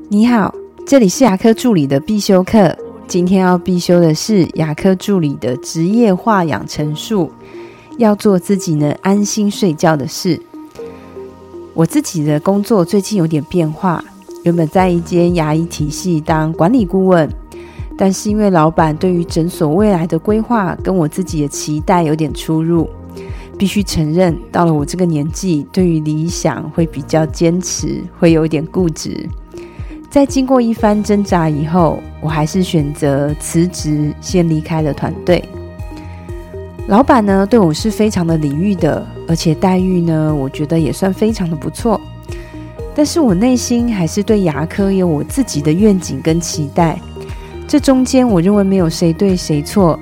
你好，这里是牙科助理的必修课。今天要必修的是牙科助理的职业化养成术，要做自己能安心睡觉的事。我自己的工作最近有点变化，原本在一间牙医体系当管理顾问，但是因为老板对于诊所未来的规划跟我自己的期待有点出入，必须承认到了我这个年纪，对于理想会比较坚持，会有点固执。在经过一番挣扎以后，我还是选择辞职，先离开了团队。老板呢，对我是非常的礼遇的，而且待遇呢，我觉得也算非常的不错。但是我内心还是对牙科有我自己的愿景跟期待，这中间我认为没有谁对谁错，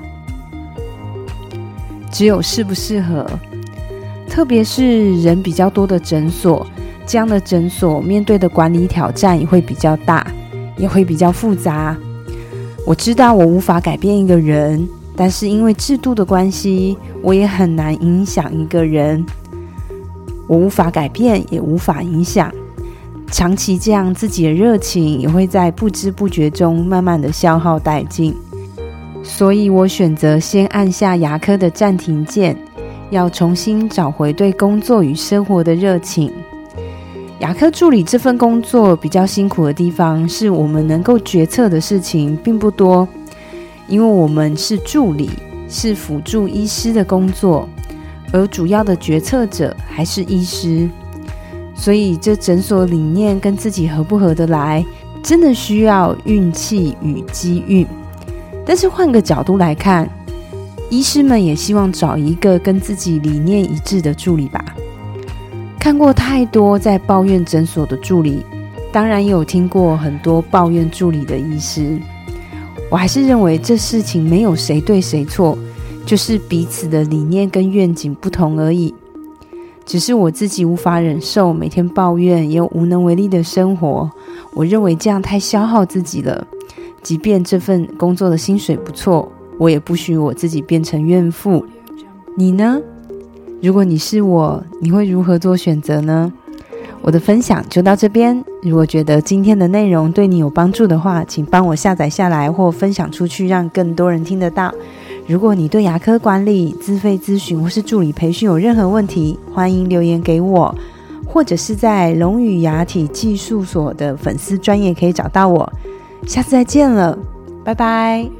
只有适不适合。特别是人比较多的诊所，这样的诊所面对的管理挑战也会比较大，也会比较复杂。我知道我无法改变一个人，但是因为制度的关系，我也很难影响一个人。我无法改变，也无法影响。长期这样，自己的热情也会在不知不觉中慢慢的消耗殆尽。所以我选择先按下牙科的暂停键，要重新找回对工作与生活的热情。牙科助理这份工作比较辛苦的地方是我们能够决策的事情并不多，因为我们是助理，是辅助医师的工作，而主要的决策者还是医师。所以这诊所理念跟自己合不合得来，真的需要运气与机运。但是换个角度来看，医师们也希望找一个跟自己理念一致的助理吧。看过太多在抱怨诊所的助理，当然也有听过很多抱怨助理的医师。我还是认为这事情没有谁对谁错，就是彼此的理念跟愿景不同而已。只是我自己无法忍受每天抱怨也有无能为力的生活，我认为这样太消耗自己了。即便这份工作的薪水不错，我也不许我自己变成怨妇。你呢？如果你是我，你会如何做选择呢？我的分享就到这边。如果觉得今天的内容对你有帮助的话，请帮我下载下来或分享出去，让更多人听得到。如果你对牙科管理、自费咨询或是助理培训有任何问题，欢迎留言给我，或者是在龙语牙体技术所的粉丝专页可以找到我。下次再见了，拜拜。